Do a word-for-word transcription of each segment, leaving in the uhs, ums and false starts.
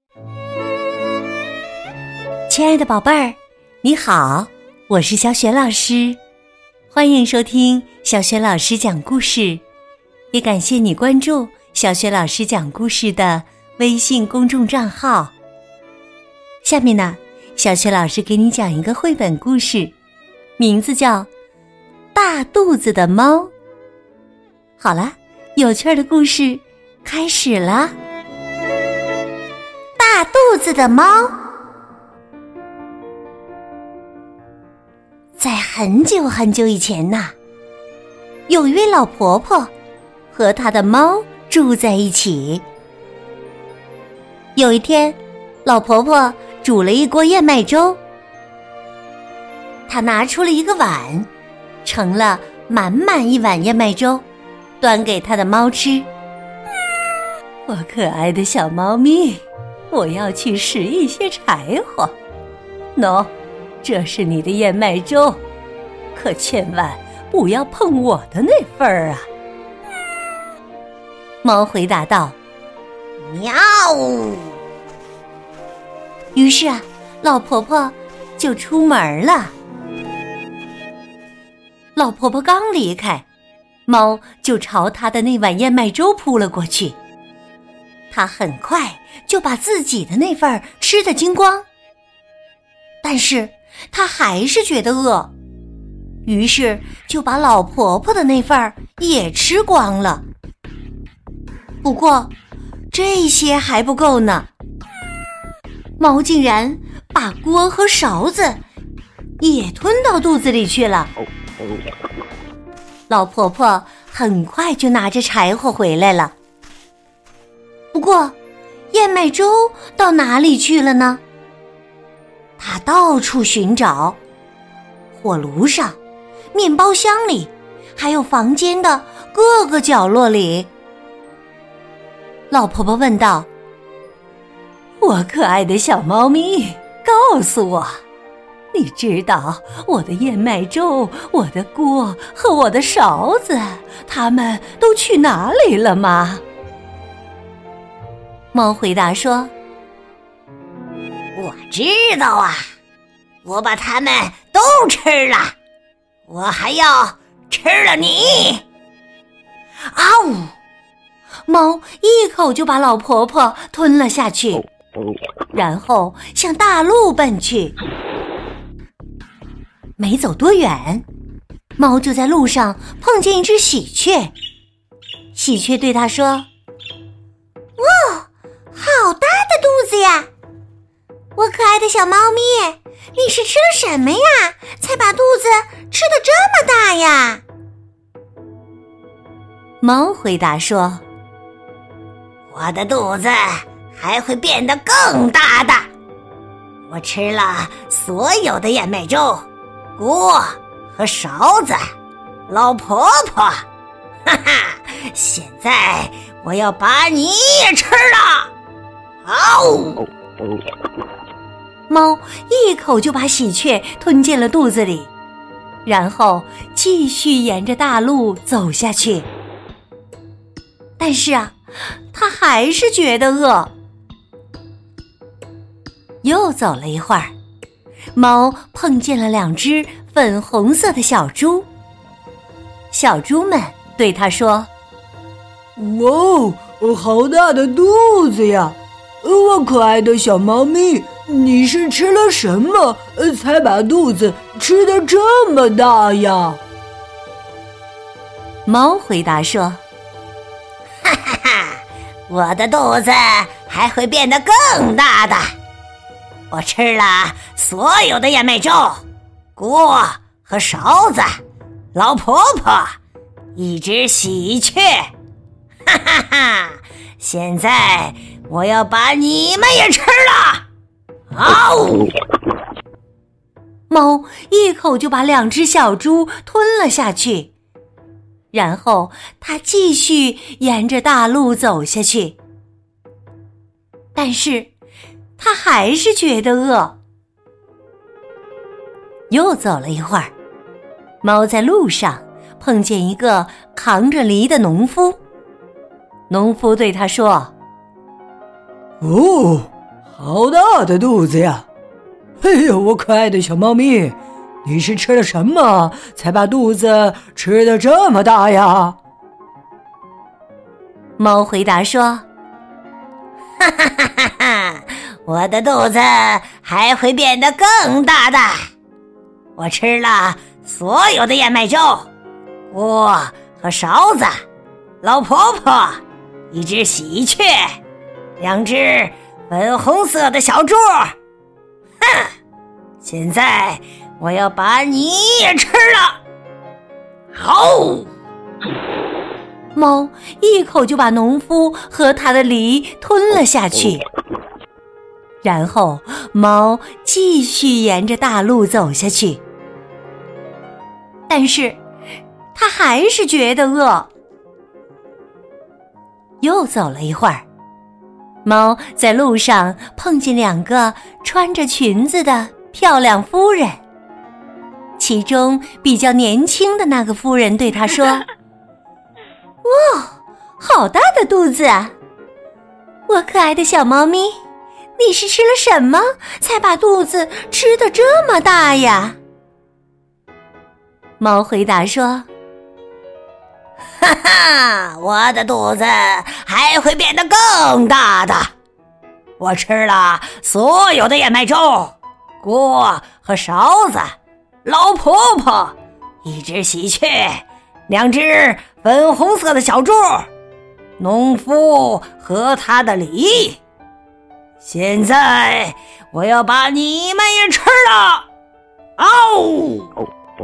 亲爱的宝贝儿，你好，我是小雪老师，欢迎收听小雪老师讲故事，也感谢你关注小雪老师讲故事的微信公众账号。下面呢，小雪老师给你讲一个绘本故事，名字叫《大肚子的猫》。好了，有趣的故事开始了。大肚子的猫。在很久很久以前呐，有一位老婆婆和她的猫住在一起。有一天，老婆婆煮了一锅燕麦粥，她拿出了一个碗，盛了满满一碗燕麦粥，端给她的猫吃。我可爱的小猫咪，我要去拾一些柴火。喏，这是你的燕麦粥，可千万不要碰我的那份儿啊！猫回答道：喵。于是啊，老婆婆就出门了。老婆婆刚离开，猫就朝她的那碗燕麦粥扑了过去。她很快就把自己的那份儿吃得精光，但是她还是觉得饿，于是就把老婆婆的那份儿也吃光了。不过这些还不够呢，猫竟然把锅和勺子也吞到肚子里去了。老婆婆很快就拿着柴火回来了，不过燕麦粥到哪里去了呢？她到处寻找，火炉上、面包箱里，还有房间的各个角落里。老婆婆问道：我可爱的小猫咪，告诉我，你知道我的燕麦粥、我的锅和我的勺子，它们都去哪里了吗？猫回答说： 我知道啊，我把它们都吃了，我还要吃了你。 啊呜！猫一口就把老婆婆吞了下去，然后向大路奔去。没走多远，猫就在路上碰见一只喜鹊。喜鹊对它说：哇，好大的肚子呀！我可爱的小猫咪，你是吃了什么呀，才把肚子吃得这么大呀？猫回答说： 我的肚子还会变得更大的，我吃了所有的燕麦粥、锅和勺子，老婆婆，哈哈，现在我要把你也吃了！嗷！ 猫一口就把喜鹊吞进了肚子里，然后继续沿着大路走下去。但是啊，它还是觉得饿。又走了一会儿，猫碰见了两只粉红色的小猪。小猪们对它说： 哇，好大的肚子呀！我可爱的小猫咪，你是吃了什么，才把肚子吃得这么大呀？ 猫回答说： 哈哈哈，我的肚子还会变得更大的，我吃了所有的燕麦粥、锅和勺子，老婆婆，一只喜鹊，哈哈哈！现在我要把你们也吃了！嗷！ 猫一口就把两只小猪吞了下去，然后它继续沿着大路走下去。但是它还是觉得饿。又走了一会儿，猫在路上碰见一个扛着犁的农夫。农夫对他说： 哦， 好大的肚子呀！哎呦，我可爱的小猫咪，你是吃了什么才把肚子吃得这么大呀？ 猫回答说： 哈哈哈哈哈，我的肚子还会变得更大的。我吃了所有的燕麦粥、锅和勺子，老婆婆，一只喜鹊，两只粉红色的小猪。哼，现在我要把你也吃了。好！ 猫一口就把农夫和他的梨吞了下去，然后猫继续沿着大路走下去，但是它还是觉得饿。又走了一会儿，猫在路上碰见两个穿着裙子的漂亮夫人，其中比较年轻的那个夫人对她说：哇，好大的肚子啊！我可爱的小猫咪，你是吃了什么才把肚子吃得这么大呀？猫回答说： 哈哈，我的肚子还会变得更大的。我吃了所有的燕麦粥、锅和勺子，老婆婆，一只喜鹊，两只粉红色的小猪，农夫和他的梨。现在我要把你们也吃了。嗷！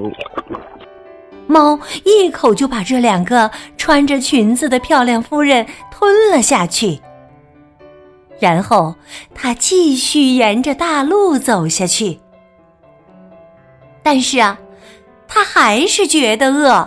猫一口就把这两个穿着裙子的漂亮夫人吞了下去，然后它继续沿着大路走下去。但是啊，它还是觉得饿。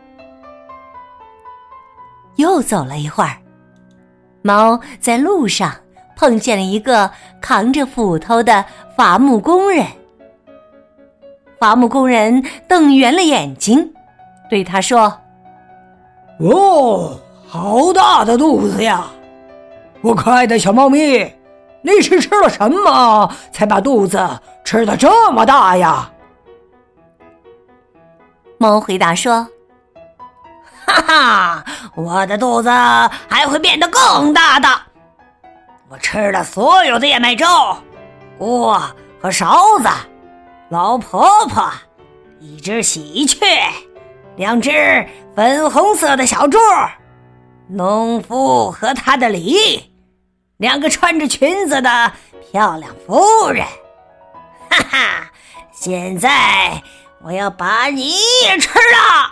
又走了一会儿，猫在路上碰见了一个扛着斧头的伐木工人。伐木工人瞪圆了眼睛，对他说： 哦，好大的肚子呀！我可爱的小猫咪，你是吃了什么才把肚子吃得这么大呀？ 猫回答说： 哈哈，我的肚子还会变得更大的。我吃了所有的燕麦粥、锅和勺子，老婆婆，一只喜鹊，两只粉红色的小猪，农夫和他的梨，两个穿着裙子的漂亮夫人。哈哈，现在我要把你也吃了。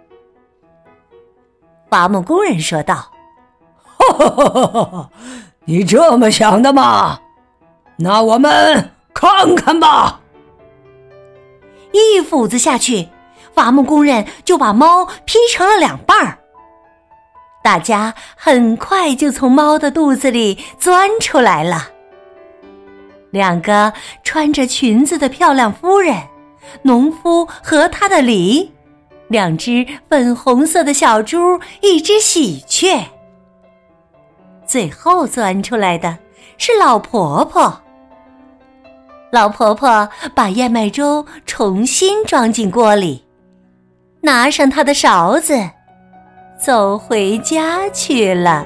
伐木工人说道： 哈哈哈哈，你这么想的吗？那我们看看吧。 一斧子下去，伐木工人就把猫劈成了两半儿。大家很快就从猫的肚子里钻出来了。两个穿着裙子的漂亮夫人，农夫和他的梨，两只粉红色的小猪，一只喜鹊。最后钻出来的是老婆婆。老婆婆把燕麦粥重新装进锅里，拿上她的勺子，走回家去了。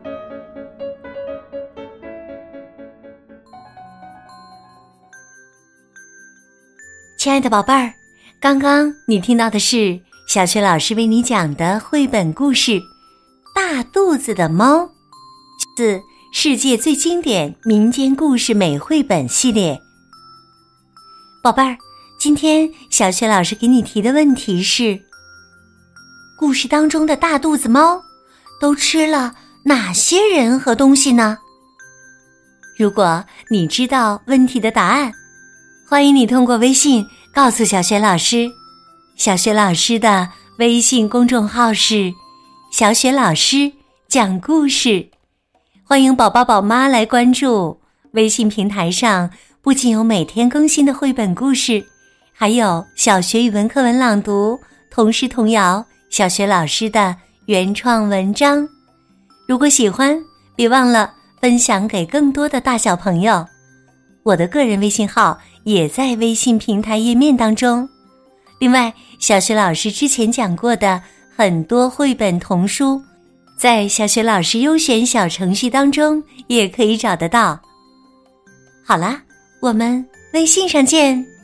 亲爱的宝贝儿，刚刚你听到的是小雪老师为你讲的绘本故事《大肚子的猫》，自世界最经典民间故事美绘本系列。宝贝儿，今天小雪老师给你提的问题是：故事当中的大肚子猫都吃了哪些人和东西呢？如果你知道问题的答案，欢迎你通过微信告诉小雪老师。小雪老师的微信公众号是小雪老师讲故事，欢迎宝宝宝妈来关注。微信平台上不仅有每天更新的绘本故事，还有小学语文课文朗读、童诗童谣、小学老师的原创文章。如果喜欢，别忘了分享给更多的大小朋友。我的个人微信号也在微信平台页面当中。另外，小雪老师之前讲过的很多绘本童书，在小雪老师优选小程序当中也可以找得到。好啦，我们微信上见。